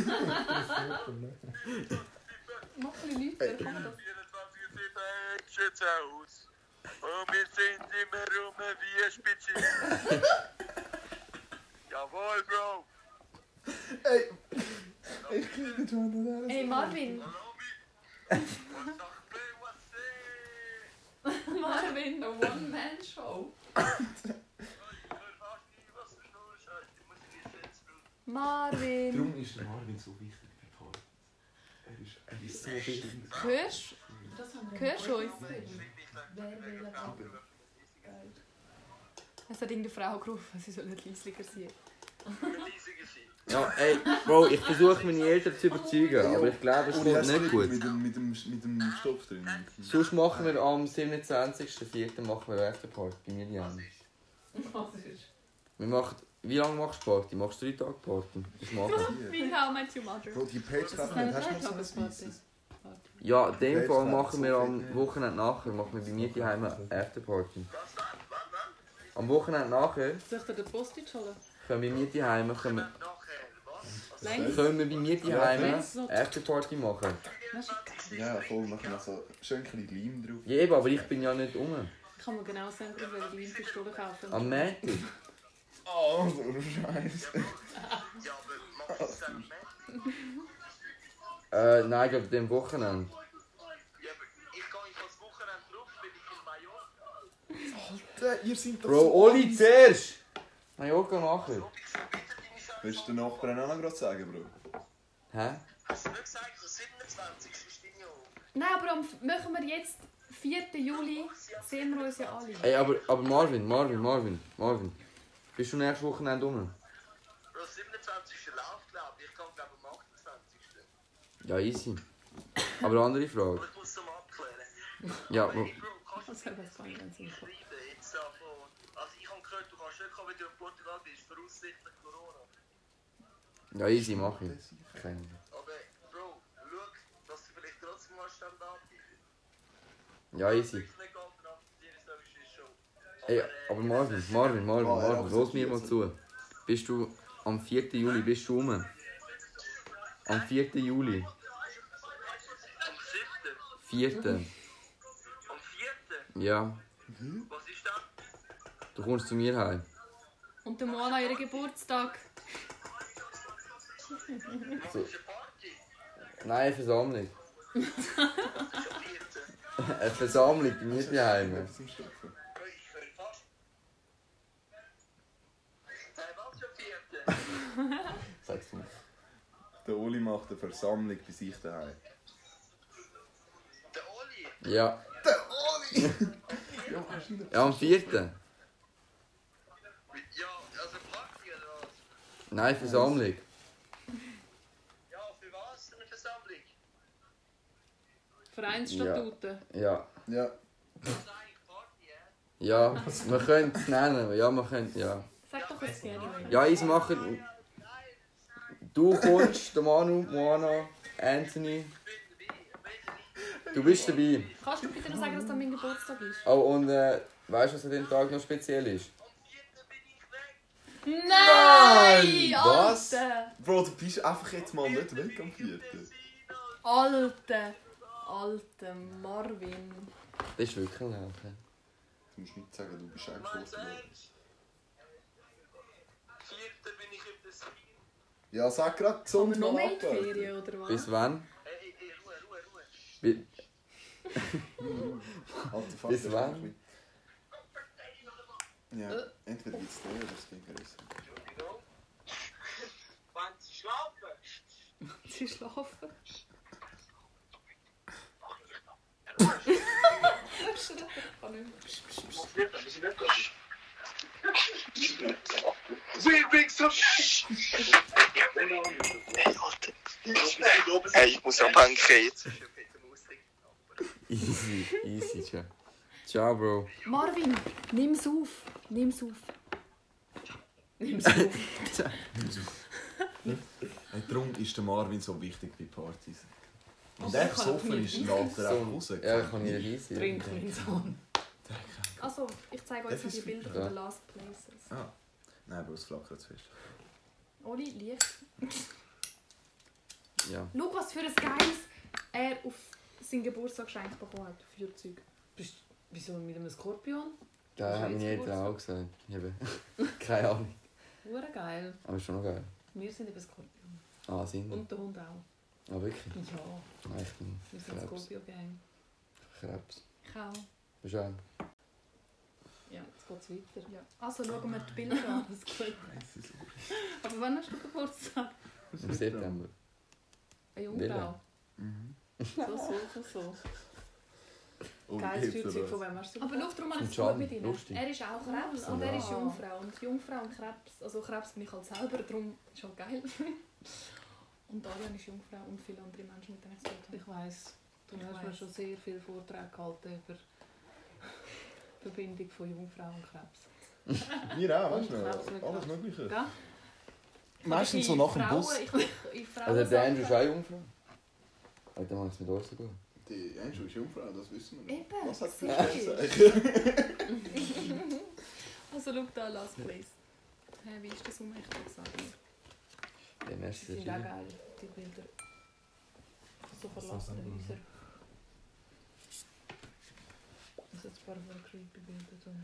Speaker 2: ein bisschen lauter, kann man das?
Speaker 6: 24/7 sieht's aus. Und wir sind immer rum wie Spitze. Jawohl, Bro.
Speaker 1: Ey, ich krieg nicht schon
Speaker 2: Hey Marvin!
Speaker 6: Hallo, was sagt was
Speaker 2: Marvin, a One-Man-Show.
Speaker 6: Ich höre fast nie, was du schnurrst. Ich muss mich jetzt tun.
Speaker 2: Marvin!
Speaker 1: Darum ist der Marvin so wichtig bei Paul. Er ist so wichtig.
Speaker 2: Hörst Hörst du uns? Es hat irgendeine Frau gerufen, sie soll nicht leislicher sein.
Speaker 6: Leisiger sein.
Speaker 3: Ja, ey, Bro, ich versuche, meine Eltern zu überzeugen, aber ich glaube, es
Speaker 1: Und er
Speaker 3: kommt nicht gut.
Speaker 1: mit dem Stoff drin.
Speaker 3: Sonst machen wir am 27.04. machen wir eine Afterparty bei mir daheim. Wir machen... Wie lange machst du Party? Machst du 3 Tage Party? Das machen wir.
Speaker 2: Wie How Met Your Mother.
Speaker 1: Bro, die Page hast du nicht. Hast du noch so ein Weisses?
Speaker 3: Ja, in dem Fall machen wir am Wochenende nachher machen wir bei mir daheim eine Afterparty. Am Wochenende nachher
Speaker 4: Soll ich dir den Postage holen?
Speaker 3: Können wir mit daheim können
Speaker 6: Nachher, was?
Speaker 2: Längs.
Speaker 3: wir bei mir daheim
Speaker 2: Ja,
Speaker 3: eine Afterparty machen?
Speaker 2: Das ist geil.
Speaker 1: Ja, voll, machen noch so schön ein bisschen Gleim drauf.
Speaker 3: Ja, eben, aber ich bin ja nicht rum.
Speaker 2: Ich kann mir genau sagen, ich will Gleimpistolen kaufen.
Speaker 3: Am Montag.
Speaker 1: Oh, so ein Scheiß.
Speaker 6: Ja, aber machst du es dann mit?
Speaker 3: Nein, ich glaube, dem Wochenende.
Speaker 6: Ja, aber ich gehe das Wochenende drauf, bin ich in Mallorca.
Speaker 1: Alter, ihr seid doch
Speaker 3: Bro,
Speaker 1: so
Speaker 3: Oli
Speaker 1: alt.
Speaker 3: zuerst! Mallorca nachher.
Speaker 1: Willst du den Nachbarn auch noch gerade sagen, Bro?
Speaker 3: Hä?
Speaker 6: Hast du nicht gesagt, der 27. ist deine Jahr?
Speaker 2: Nein, aber machen wir jetzt 4. Juli, sehen wir uns ja alle.
Speaker 3: Ey, aber Marvin. Bist du nächstes Wochenende rum?
Speaker 6: Der 27. läuft, glaube ich. Ich kann, glaube am 28.
Speaker 3: Ja, easy. Aber andere Frage.
Speaker 6: Aber ich muss es mal abklären.
Speaker 3: Ja,
Speaker 6: Aber, hey, Bro, kannst du
Speaker 2: Das wäre was Feines.
Speaker 6: schreiben jetzt davon? Also ich habe gehört, du kannst nicht kommen, wenn du in Portugal bist, voraussichtlich Corona.
Speaker 3: ja easy, mach ich. Keine.
Speaker 6: Aber Bro, schau, dass du vielleicht trotzdem mal Standard bist.
Speaker 3: Ja, easy.
Speaker 6: Nicht ganz abzutieren, so ist es schon.
Speaker 3: Ey, aber Marvin, los mir mal zu. Bist du am 4. Juli, bist du rum? Am 4. Juli.
Speaker 6: Am 7.
Speaker 3: 4.
Speaker 6: Am 4.
Speaker 3: Ja,
Speaker 6: Was ist das?
Speaker 3: du kommst zu mir heim.
Speaker 2: Und der Moana ihren Geburtstag.
Speaker 6: Machst du eine Party?
Speaker 3: Nein, eine Versammlung.
Speaker 6: Das ist am 4.
Speaker 3: Eine Versammlung bei mir daheim.
Speaker 1: Etwas im Stopfen.
Speaker 6: Ich höre fast. Was am 4.
Speaker 3: Sag's mir.
Speaker 1: Der Oli macht eine Versammlung bei sich daheim.
Speaker 6: Der Oli.
Speaker 3: Ja.
Speaker 1: Ja, hast du nicht?
Speaker 3: Ja, am 4.
Speaker 6: Ja, also Party oder was?
Speaker 3: Nein, Versammlung.
Speaker 6: Ja, für was eine Versammlung?
Speaker 2: Vereinsstatuten.
Speaker 3: Ja.
Speaker 1: Ja.
Speaker 6: Das ist eigentlich Party, hä?
Speaker 3: Ja, wir können es nennen. Ja, wir können, ja.
Speaker 2: Sag doch es gerne.
Speaker 3: Ja, ich mache. Du kommst, der Manu, Moana, Anthony. Du bist dabei.
Speaker 2: Kannst du bitte noch sagen, dass das mein Geburtstag ist?
Speaker 3: Oh, und weißt du, was an dem Tag noch speziell ist?
Speaker 6: Am 4. bin ich weg.
Speaker 2: Nein!
Speaker 1: Was?
Speaker 2: Alter!
Speaker 1: Bro, du bist einfach jetzt mal nicht weg am 4.
Speaker 2: Alter! Alter Marvin.
Speaker 3: Das ist wirklich ein Lauch.
Speaker 1: Du musst nicht sagen, du bist eigentlich
Speaker 6: Meinst du
Speaker 1: Portugal.
Speaker 6: ernst? 4. bin ich im Tessin.
Speaker 1: Ja, sag grad
Speaker 2: Kommen
Speaker 1: gesund
Speaker 2: wir noch
Speaker 1: mal
Speaker 2: mehr in die
Speaker 1: ab.
Speaker 2: Ferien, oder was?
Speaker 3: Bis wann?
Speaker 6: Hey, Ruhe.
Speaker 3: Bi
Speaker 1: Alter, fuck,
Speaker 3: Bis
Speaker 1: das ist
Speaker 3: wann?
Speaker 1: ein bisschen- Ja, entweder gibt's den oder es geht größer.
Speaker 6: Entschuldigung. Wollen Sie schlafen?
Speaker 2: Sie schlafen.
Speaker 6: Hey, ich muss abhängen jetzt.
Speaker 3: Easy, ciao. Ciao, Bro.
Speaker 2: Marvin, nimm's auf. Nimm's auf. Nimm's auf.
Speaker 1: Hey, darum ist der Marvin so wichtig bei Partys. Wenn
Speaker 2: Aber
Speaker 1: der
Speaker 2: ich kann
Speaker 1: besoffen
Speaker 2: nicht
Speaker 1: ist, lässt er einfach raus.
Speaker 3: Ja, ich kann nicht easy.
Speaker 2: Trink, mein Sohn.
Speaker 1: Der kann-
Speaker 2: Also, ich zeige euch noch die Bilder von
Speaker 3: Ja.
Speaker 2: den Last Places.
Speaker 1: Ah. Nein, Bro, es flackert zu fest.
Speaker 2: Oli, Licht.
Speaker 3: Ja.
Speaker 2: Schau, was für ein geiles er auf seinen Geburtstag geschenkt bekommen hat. Feuerzeug.
Speaker 4: Wieso mit einem Skorpion?
Speaker 3: Da hat meine Eltern auch gesagt. Ich habe keine Ahnung.
Speaker 2: Hure geil.
Speaker 3: Aber ist schon noch geil.
Speaker 4: Wir sind eben Skorpion.
Speaker 3: Ah, sind wir?
Speaker 4: Und der Hund auch.
Speaker 3: Ah, wirklich?
Speaker 4: Ja,
Speaker 3: Nein, ich bin
Speaker 4: wir sind
Speaker 3: Krebs.
Speaker 4: Skorpio-Gang.
Speaker 3: Krebs.
Speaker 2: Ich auch.
Speaker 3: Bist du auch?
Speaker 4: Ja, jetzt geht es weiter.
Speaker 2: Ja. Also, schauen wir die Bilder an.
Speaker 4: Das ist gut.
Speaker 2: Aber wann hast du Geburtstag?
Speaker 3: Im September.
Speaker 2: Eine Jungfrau.
Speaker 1: Mhm.
Speaker 4: So.
Speaker 1: Oh,
Speaker 4: Geiles
Speaker 1: geht's
Speaker 4: Feuerzeug,
Speaker 1: oder
Speaker 4: von
Speaker 1: was?
Speaker 4: wem hast du
Speaker 2: Aber schau, darum habe ich es
Speaker 3: Von
Speaker 2: gut mit
Speaker 3: Can,
Speaker 2: ihnen.
Speaker 3: lustig.
Speaker 2: Er ist auch Krebs und
Speaker 3: Ja.
Speaker 2: er ist Jungfrau. Und Jungfrau und Krebs, also Krebs bin ich halt selber, darum ist es halt geil. Und Ariane ist Jungfrau und viele andere Menschen, mit denen ich es gut habe.
Speaker 4: Ich weiss, du
Speaker 2: Ich
Speaker 4: hast mir
Speaker 2: weiss.
Speaker 4: schon sehr viele Vorträge gehalten über die Verbindung von Jungfrau und Krebs.
Speaker 1: Wir auch, weißt du
Speaker 4: Und
Speaker 1: noch?
Speaker 4: Krebs mit
Speaker 1: Alles
Speaker 4: Krebs.
Speaker 1: Mögliche.
Speaker 2: Ja?
Speaker 1: Meistens so nach dem Bus.
Speaker 2: Ich
Speaker 3: Also der Andrew ist auch Jungfrau? Alter, macht es mit uns so gut.
Speaker 1: Die Angel ist Jungfrau, das wissen wir.
Speaker 2: Eben,
Speaker 1: Was hat
Speaker 2: siehst
Speaker 1: sie
Speaker 2: du?
Speaker 1: gesagt?
Speaker 2: Also schau da, Last Place. Wie ist das umrichtig gesagt?
Speaker 3: Ja, merci.
Speaker 4: Die sind auch geil, die Bilder. So verlassene Häuser. Das sind ein paar creepy Bilder drin.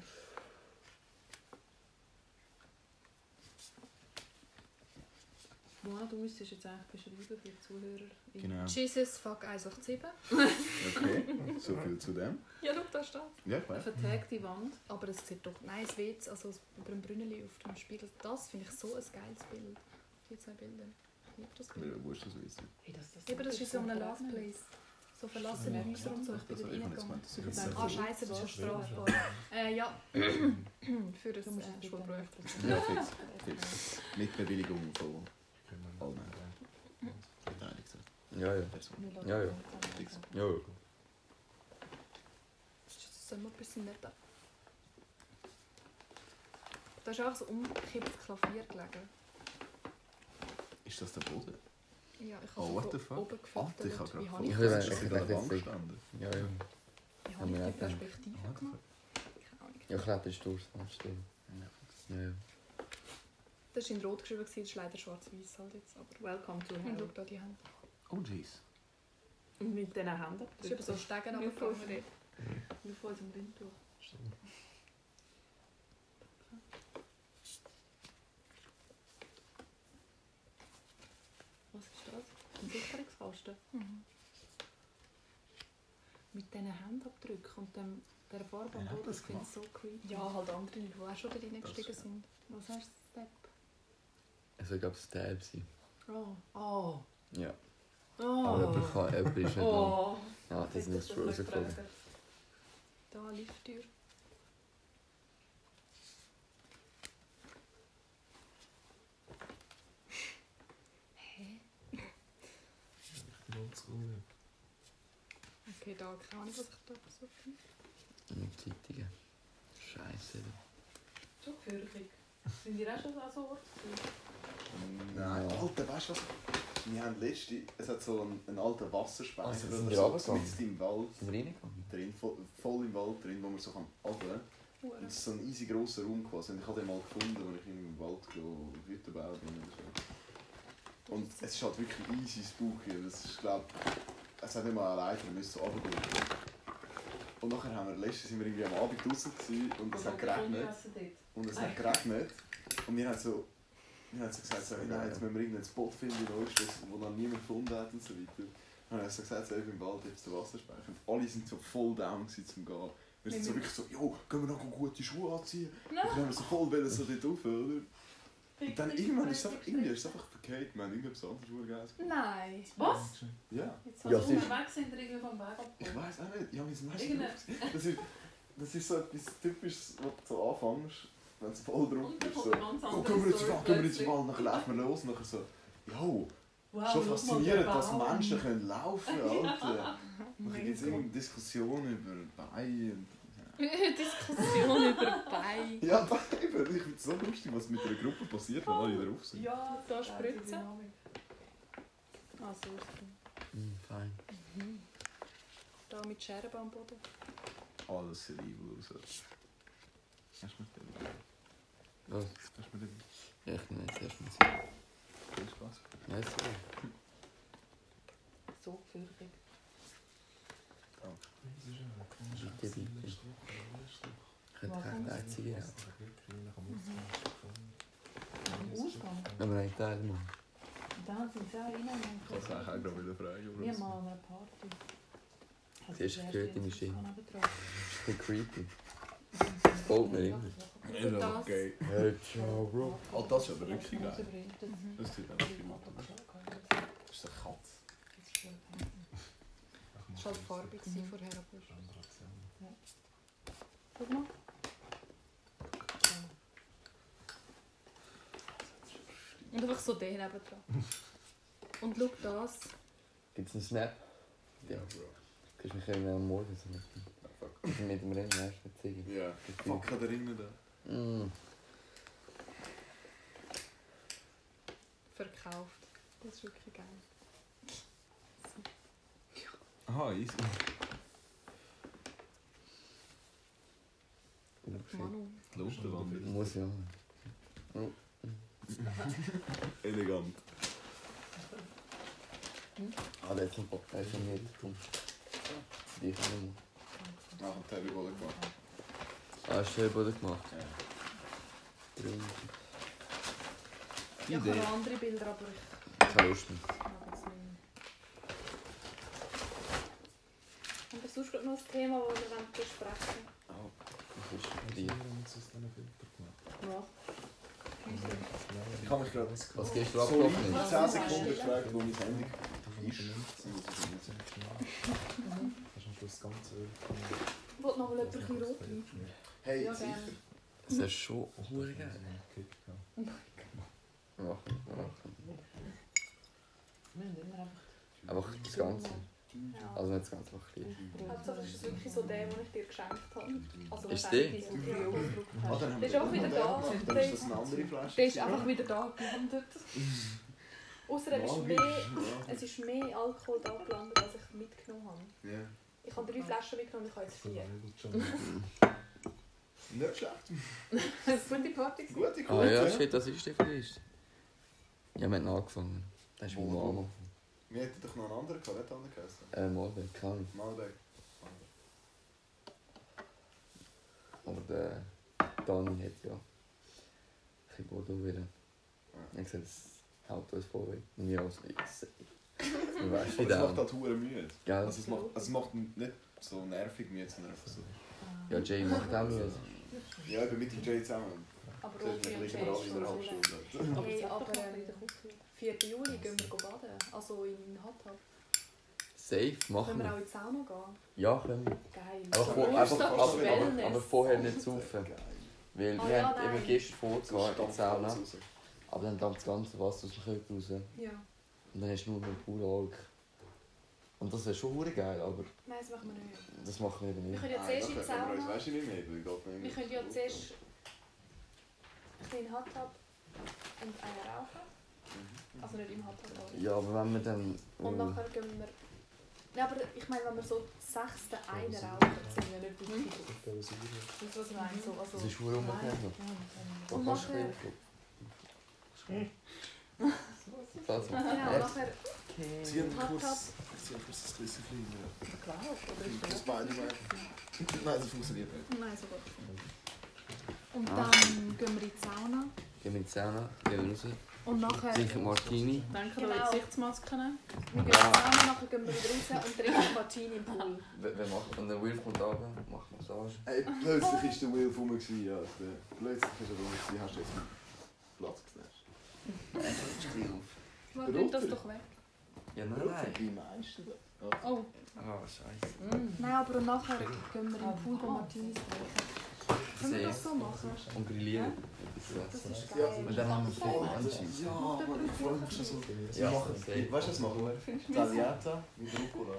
Speaker 2: Mona, du müsstest jetzt eigentlich beschreiben für die Zuhörer.
Speaker 1: Genau.
Speaker 2: Jesus fuck 187.
Speaker 1: Okay, so viel zu dem.
Speaker 2: Ja, schau, da steht.
Speaker 1: Ja,
Speaker 2: Eine
Speaker 1: klar.
Speaker 2: vertagte Wand. Aber es sieht doch... Nein, es weht also über dem Brünneli auf dem Spiegel. Das finde ich so ein geiles Bild. Die 2 Bilder. Ich liebe das Bild.
Speaker 1: Wo ist das wissen?
Speaker 4: Hey,
Speaker 2: Eben, das ist so ein Love Place. So verlassene Häuser und so. Ich bin da reingegangen. Ah, Scheiße, das ist ja strafbar. Ja. Für das Schulprojekt.
Speaker 1: Ja, fix. Mit Bewilligung von allen Beteiligten.
Speaker 3: Ja, ja.
Speaker 1: Personen.
Speaker 3: Ja, ja.
Speaker 1: Fix.
Speaker 3: Ja, ja.
Speaker 2: Das ist immer ein bisschen netter. Da ist auch so umgekipptes Klavier gelegen.
Speaker 1: Ist das der Boden?
Speaker 2: Ja, ich
Speaker 1: Oh,
Speaker 2: habe
Speaker 1: what
Speaker 2: so
Speaker 1: the
Speaker 2: von
Speaker 1: fuck?
Speaker 2: oben
Speaker 1: Alter, ich
Speaker 2: gefüttert.
Speaker 1: habe
Speaker 2: Wie
Speaker 1: gerade
Speaker 2: habe ich
Speaker 3: Ich
Speaker 1: das
Speaker 3: weiß
Speaker 1: ist
Speaker 3: nicht,
Speaker 1: auf
Speaker 3: ich
Speaker 1: der
Speaker 3: weiß
Speaker 1: Bank
Speaker 3: nicht.
Speaker 1: gestanden.
Speaker 3: Ja, ja.
Speaker 2: wie
Speaker 3: haben
Speaker 2: habe
Speaker 3: wir
Speaker 2: ich
Speaker 3: auch
Speaker 2: die Perspektive gemacht? Keine Ahnung.
Speaker 3: Ja, klettert durch, das stimmt. Ja, ja.
Speaker 2: Das war in Rot geschrieben, das ist leider schwarz-weiß halt jetzt. Aber
Speaker 4: Welcome to
Speaker 2: und schau
Speaker 4: Hell.
Speaker 2: da die Hände.
Speaker 1: Oh jeez.
Speaker 4: Und mit diesen Händen.
Speaker 2: Das ist eben so Stegen
Speaker 4: Wie von
Speaker 2: runtergegangen.
Speaker 4: wie von unserem Windtuch.
Speaker 5: Stimmt.
Speaker 4: Was ist das? Ein Sicherungskasten.
Speaker 2: Mhm.
Speaker 4: Mit diesen Handabdrücken und dem, der Farbe
Speaker 1: Wer
Speaker 4: am
Speaker 1: hat
Speaker 4: Boden.
Speaker 1: das
Speaker 4: Ich finde es so creepy.
Speaker 2: Ja, halt andere nicht, die auch schon da reingestiegen
Speaker 1: Das-
Speaker 2: sind.
Speaker 4: Was heißt Step?
Speaker 3: Also, ich glaube, es Stab sein.
Speaker 4: Oh. Oh.
Speaker 3: Ja.
Speaker 4: Oh.
Speaker 3: Aber jemand ist nicht da.
Speaker 4: Oh.
Speaker 3: Ja, das ist nicht Frozen Folge.
Speaker 2: Da, Lifttür. Hä?
Speaker 5: Oldschool.
Speaker 2: Okay, da keine Ahnung, was ich da so finde.
Speaker 3: Mit Zeitungen. Scheiße.
Speaker 4: So gefährlich. Sind ihr auch schon an so Ort?
Speaker 1: Nein,
Speaker 3: Ja.
Speaker 1: Alter, weißt du was? Wir haben es hat so einen alten Wasserspeicher.
Speaker 3: sind
Speaker 1: oder
Speaker 3: wir
Speaker 1: so,
Speaker 3: runtergegangen?
Speaker 1: mitten im Wald
Speaker 3: Sind wir reingegangen?
Speaker 1: drin, voll im Wald drin, wo man so runter kann. Und es ist so ein easy grosser Raum quasi. Und ich habe den mal gefunden, als ich im Wald Hütte bauen bin oder so. Und es ist halt wirklich easy spooky. Das ist, glaub, es hat nicht mal eine Leiter, wir müssen so runtergehen. Und nachher haben wir, letztens sind wir irgendwie am Abend draußen gewesen und es hat geregnet. Und es hat geregnet. Und wir haben so gesagt, so, hey, nein, jetzt müssen wir irgendeinen Spot finden in Neustadt, wo noch niemand gefunden hat und so weiter. Und dann haben wir so gesagt, so, im Wald gibt es den Wasserspeicher. Und alle sind so voll down zum Gehen. Wir sind so wirklich so, jo, gehen wir noch gute Schuhe anziehen? Und dann haben wir so voll wollen, so dort rauf, oder? Und dann irgendwann ist es einfach, irgendwie ist es einfach verkehrt. Wir haben irgendetwas anderes vorgegessen.
Speaker 2: Nein.
Speaker 4: Was?
Speaker 1: Ja.
Speaker 2: Jetzt
Speaker 3: Ja,
Speaker 2: ja,
Speaker 3: sie-
Speaker 4: Unterwegs sind ihr irgendwie vom Weg
Speaker 1: Ich
Speaker 4: abgekommen?
Speaker 1: weiss auch nicht. Ja, wir sind meistens
Speaker 4: Irgendeine-
Speaker 1: das ist so etwas Typisches, was du so anfängst, wenn es voll drauf
Speaker 4: Und dann
Speaker 1: ist.
Speaker 4: kommt
Speaker 1: So,
Speaker 4: eine ganz
Speaker 1: oh,
Speaker 4: andere
Speaker 1: gehen wir jetzt in den
Speaker 4: Story
Speaker 1: Wald, gehen wir jetzt in den
Speaker 4: plötzlich.
Speaker 1: Wald. Nachher laufen wir los. Nachher so, jo,
Speaker 4: Wow,
Speaker 1: schon
Speaker 4: schau mal,
Speaker 1: faszinierend,
Speaker 4: der
Speaker 1: dass
Speaker 4: Baum.
Speaker 1: Menschen können laufen können, Alter. Nachher
Speaker 2: Mein
Speaker 1: gibt es irgendeine Diskussion über Beine. Und
Speaker 2: Diskussion über Bein.
Speaker 1: ja, Beine. Ich finde es so lustig, was mit einer Gruppe passiert, wenn alle drauf sind.
Speaker 4: Ja,
Speaker 2: Da
Speaker 4: das ist
Speaker 2: Spritze.
Speaker 4: die Dynamik.
Speaker 2: Ah, so ist es.
Speaker 3: Fein.
Speaker 2: Da mit Scherben am Boden.
Speaker 1: Alles evil raus. Hast du mit dem?
Speaker 3: Was?
Speaker 1: Hast du mit dem?
Speaker 3: Ja, ich nehme jetzt erst mal so.
Speaker 1: Viel Spaß.
Speaker 3: Ja, ist so.
Speaker 4: So gefährlich.
Speaker 3: Bitte, bitte. Ich könnte keine einzige haben.
Speaker 4: Am Ausgang.
Speaker 3: Aber einen Teil mal.
Speaker 4: Da sind sie auch rein.
Speaker 1: Ich wollte es eigentlich auch gerade fragen.
Speaker 4: Wir mal an einer Party.
Speaker 3: Siehst du, gehört in die Schiene.
Speaker 4: Schiene.
Speaker 3: Das ist ein bisschen creepy. folgt mir immer.
Speaker 1: Ist aber okay.
Speaker 3: Hey, ciao, Bro.
Speaker 1: Oh, das ist aber wirklich geil. Das sieht auch viel aus. Das ist eine Katze.
Speaker 2: Das war halt farbig vorher. Guck mal. Und einfach so den neben dran. Und schau das.
Speaker 3: Gibt es einen Snap?
Speaker 1: Ja, Bro.
Speaker 3: Kannst du mich irgendwann am Morgen so mit dem Rennen erst zeigen?
Speaker 1: Ja, fuck da drinnen da.
Speaker 3: Mm.
Speaker 2: Verkauft. Das ist wirklich geil.
Speaker 1: Aha, easy.
Speaker 2: Manu.
Speaker 1: Luftwanderung.
Speaker 3: Muss ja.
Speaker 1: Elegant.
Speaker 3: Ah, der hat noch Bock. Der ist schon nicht. Komm. Die ich auch noch.
Speaker 1: Ah, und der habe ich wohl gemacht.
Speaker 3: Ah, hast du selber gemacht?
Speaker 1: Ja.
Speaker 3: Drin.
Speaker 2: Ich habe
Speaker 3: Idee.
Speaker 2: noch andere Bilder, aber ich
Speaker 3: Keine Lust mehr.
Speaker 2: mag es nicht mehr. Haben wir sonst gerade noch ein Thema, das wir besprechen
Speaker 3: Oh, das ist dir.
Speaker 2: wollen?
Speaker 1: Ich habe mich gerade
Speaker 3: Was gehst du
Speaker 1: so
Speaker 3: abgelaufen?
Speaker 1: in 10 Sekunden gefragt, wo mein Handy ist.
Speaker 5: Hast am Schluss ganz Öl.
Speaker 2: Ich wollte noch mal jemand ein bisschen Rotwein.
Speaker 1: Hey,
Speaker 2: Ja,
Speaker 1: sicher.
Speaker 2: gerne.
Speaker 3: Das ist schon hure geil. Ja, einfach das Ganze.
Speaker 2: Ja.
Speaker 3: Also nicht das Ganze, einfach ein bisschen.
Speaker 2: Hauptsache ist es wirklich so der, den ich dir geschenkt habe. Also
Speaker 3: Ist
Speaker 2: wahrscheinlich
Speaker 3: der?
Speaker 2: nicht so viel ausgedruckt
Speaker 1: Ah,
Speaker 2: hast.
Speaker 1: dann haben
Speaker 2: Der ist
Speaker 1: wir
Speaker 2: auch wieder
Speaker 1: noch
Speaker 2: da.
Speaker 1: den. Dann
Speaker 2: Der
Speaker 1: ist das
Speaker 2: ist-
Speaker 1: eine andere Flasche.
Speaker 2: Der ist einfach wieder da gelandet. Außerdem ist
Speaker 1: Magisch.
Speaker 2: mehr, es ist mehr Alkohol da gelandet, als ich mitgenommen habe.
Speaker 1: Ja.
Speaker 2: Ich habe 3 Flaschen mitgenommen, ich habe jetzt 4.
Speaker 1: Nicht schlecht.
Speaker 2: Gute Party.
Speaker 1: Gute
Speaker 3: Ah ja, shit, das ist der Liste. Ja, wir haben angefangen. Das ist mein Mama.
Speaker 1: Wir hätten doch noch einen anderen gehabt, nicht anderen geheißen.
Speaker 3: Malbec, keine Ahnung.
Speaker 1: Malbec.
Speaker 3: Aber der Dani hat ja ein bisschen Bordeaux wieder. Er hat gesagt, das haut uns voll weg. Und wir also, yes. Du weißt, wie
Speaker 1: Aber es
Speaker 3: der.
Speaker 1: macht halt verdammt müde.
Speaker 3: Gell?
Speaker 1: Also es macht nicht so nervig müde, sondern einfach so.
Speaker 3: Ja, Jay macht auch Mühe.
Speaker 1: Ja, ich bin mit dem Jay zusammen.
Speaker 2: Aber
Speaker 1: Zuerst
Speaker 2: Rofi und
Speaker 1: liegen
Speaker 2: Jay
Speaker 1: wir alle
Speaker 2: ist
Speaker 1: in einer
Speaker 2: schon
Speaker 1: halben
Speaker 2: so
Speaker 1: Stunde.
Speaker 2: Hey, aber 4. Juli gehen wir baden. Also in Hattab.
Speaker 3: Safe,
Speaker 2: Können
Speaker 3: machen
Speaker 2: wir auch
Speaker 3: wir.
Speaker 2: in die Sauna gehen?
Speaker 3: Ja, können wir.
Speaker 2: Geil.
Speaker 3: Aber,
Speaker 2: So
Speaker 3: einfach,
Speaker 2: Geburtstag ist
Speaker 3: aber
Speaker 2: Wellness.
Speaker 3: vorher nicht saufen.
Speaker 1: Geil.
Speaker 3: Weil
Speaker 2: Ah
Speaker 3: wir
Speaker 2: ja,
Speaker 3: haben
Speaker 2: nein.
Speaker 3: eben gestern vorgefahren in die
Speaker 1: Stampft
Speaker 3: Sauna.
Speaker 1: alles raus.
Speaker 3: Aber dann kommt das ganze Wasser aus dem Körper raus.
Speaker 2: Ja.
Speaker 3: Und dann hast du nur noch pure Alk. Und das wäre schon hure geil, aber
Speaker 2: Nein, das machen wir nicht.
Speaker 3: das machen wir eben
Speaker 2: Wir
Speaker 3: nicht.
Speaker 2: können ja zuerst in die
Speaker 1: Wenn wir uns
Speaker 2: Sauna.
Speaker 1: weißt du nicht mehr, weil geht nicht
Speaker 2: Wir können ja zuerst ein bisschen in Hattab und einen rauchen. Also nicht im Hattab. aber-
Speaker 3: Ja, aber wenn wir dann...
Speaker 2: Und nachher gehen wir... Ja, aber ich meine, wenn wir so das 6. eine rauchen, sind wir nicht wirklich gut. Das ist was ich meine. So, also,
Speaker 3: Das ist hure umgekehrt. Da
Speaker 2: Und
Speaker 3: kannst du
Speaker 2: nachher-
Speaker 3: das
Speaker 2: Genau,
Speaker 3: Ja.
Speaker 2: nachher...
Speaker 1: Zieh einen
Speaker 2: Hattab.
Speaker 1: Kuss. Zieh einen Kuss, das Kissen fliegen.
Speaker 2: Klar, oder
Speaker 1: Das beide mal. Nein, das funktioniert nicht.
Speaker 2: Nein, so gut. Und dann gehen wir in die Sauna.
Speaker 3: Gehen wir in die Sauna, gehen raus,
Speaker 2: Und nachher...
Speaker 3: trinken Martini.
Speaker 4: Danke,
Speaker 2: Genau.
Speaker 4: genau. Gesichtsmasken.
Speaker 2: Wir gehen in die Sauna, nachher gehen wir wieder raus und trinken Martini im Pool.
Speaker 3: Wer macht, wenn der Will kommt runter, macht Massage.
Speaker 1: Hey, plötzlich war der Will von mir. Ja. Plötzlich ist er rum. Hast du jetzt einen Platz gesnatcht.
Speaker 2: Man nimmt das doch weg.
Speaker 3: Ja,
Speaker 1: Die meisten.
Speaker 2: Oh.
Speaker 3: Ah, scheiße.
Speaker 2: Nein, aber nachher gehen wir im Pool bei Martinis trinken. Können wir das so machen?
Speaker 3: Und grillieren.
Speaker 2: Das ist
Speaker 1: Ja,
Speaker 2: geil.
Speaker 3: Und dann haben wir viel Anschiss.
Speaker 1: Ja, Mann, ich freue mich schon so.
Speaker 3: Ja,
Speaker 1: machen,
Speaker 3: safe.
Speaker 1: weißt du, was machen wir? Tagliata mit Rucola.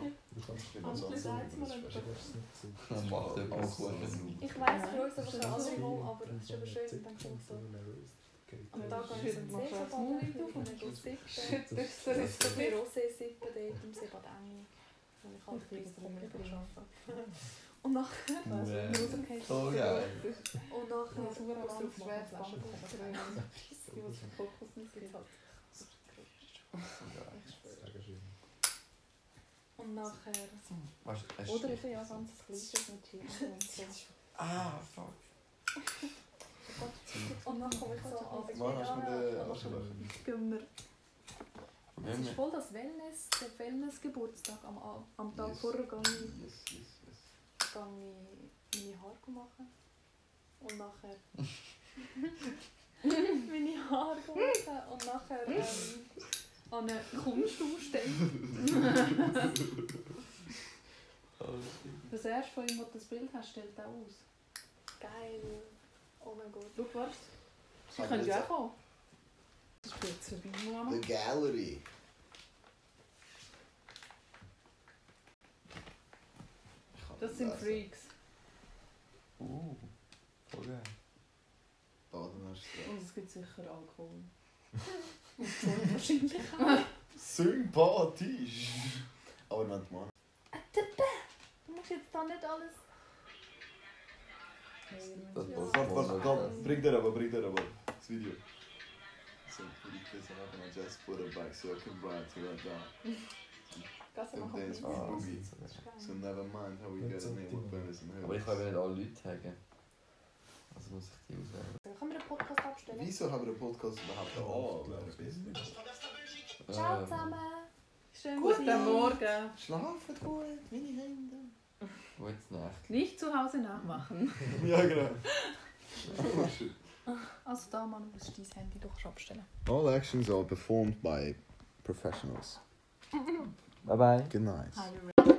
Speaker 3: Dann macht er Kuchen.
Speaker 2: Ich weiss, für uns ist das andere Mal, aber es ist aber schön, wenn dann kommt so. Am Tag gehen wir zum Seebad auf und dann geht es sippen. Das ist so ein Rosé-Sippen dort im Seebad Engel. Und ich halt bis zum Mittag arbeiten. Und nachher...
Speaker 3: So geil.
Speaker 2: Und nachher...
Speaker 4: Das ist verdammt
Speaker 2: drauf
Speaker 4: schwer,
Speaker 2: machen,
Speaker 4: das
Speaker 2: Flaschen
Speaker 4: Band
Speaker 2: kochen.
Speaker 4: Die, was vom Fokus nicht
Speaker 2: Gibt's halt. Und nachher...
Speaker 3: Weißt du,
Speaker 4: Oder ich ja ganz kleines mit Chili und so.
Speaker 3: Ah, fuck.
Speaker 2: Und dann komme ich so abends
Speaker 1: Mann, hast du mir den
Speaker 2: wieder
Speaker 1: Aschenbecher?
Speaker 2: gehen wir.
Speaker 3: Wenn
Speaker 2: Es ist
Speaker 3: wir...
Speaker 2: voll das Wellness, der Wellness-Geburtstag. Am Tag vorher gehe ich meine Haare machen. Und nachher... meine Haare machen. Und nachher an eine Kunstausstellung.
Speaker 4: Das erste von ihm, das das Bild hast, stellt auch aus.
Speaker 2: Geil. Oh mein Gott.
Speaker 4: Schau, was? Sie können ja auch kommen. Das ist jetzt vorbei, Mama.
Speaker 1: The Gallery.
Speaker 4: Das sind Freaks.
Speaker 3: Voll geil.
Speaker 1: Baden hast du
Speaker 4: Und es gibt sicher Alkohol.
Speaker 2: Und schon wahrscheinlich auch.
Speaker 1: sympathisch. Aber wenn du mal.
Speaker 2: Du musst jetzt da nicht alles...
Speaker 3: Das
Speaker 2: Ja.
Speaker 3: passt
Speaker 1: Warte,
Speaker 3: voll.
Speaker 1: warte, bring dir aber das Video. so pretty kiss and I just put it back so I can ride to that down.
Speaker 2: Das
Speaker 1: Dann
Speaker 2: machen
Speaker 1: dance
Speaker 2: wir.
Speaker 1: with
Speaker 3: Ah,
Speaker 1: Boogie.
Speaker 3: so geil.
Speaker 1: So never mind how we
Speaker 5: Nicht
Speaker 1: get
Speaker 5: so
Speaker 1: a name
Speaker 5: ding.
Speaker 1: with Benners and
Speaker 3: Aber ich kann
Speaker 1: Hills.
Speaker 3: eben nicht alle Leute haben. Also muss ich die auswählen.
Speaker 2: Können wir den Podcast abstellen?
Speaker 1: Wieso haben wir den Podcast überhaupt
Speaker 2: Ciao zusammen. Schön
Speaker 7: Guten Morgen.
Speaker 1: Schlafen gut, meine Hände.
Speaker 3: Gute Nacht.
Speaker 7: Nicht zu Hause nachmachen.
Speaker 1: Ja, genau.
Speaker 2: Also da, Mann, du musst dein Handy doch schon abstellen.
Speaker 1: All actions are performed by professionals.
Speaker 3: Bye bye.
Speaker 1: Good night.
Speaker 2: Hi,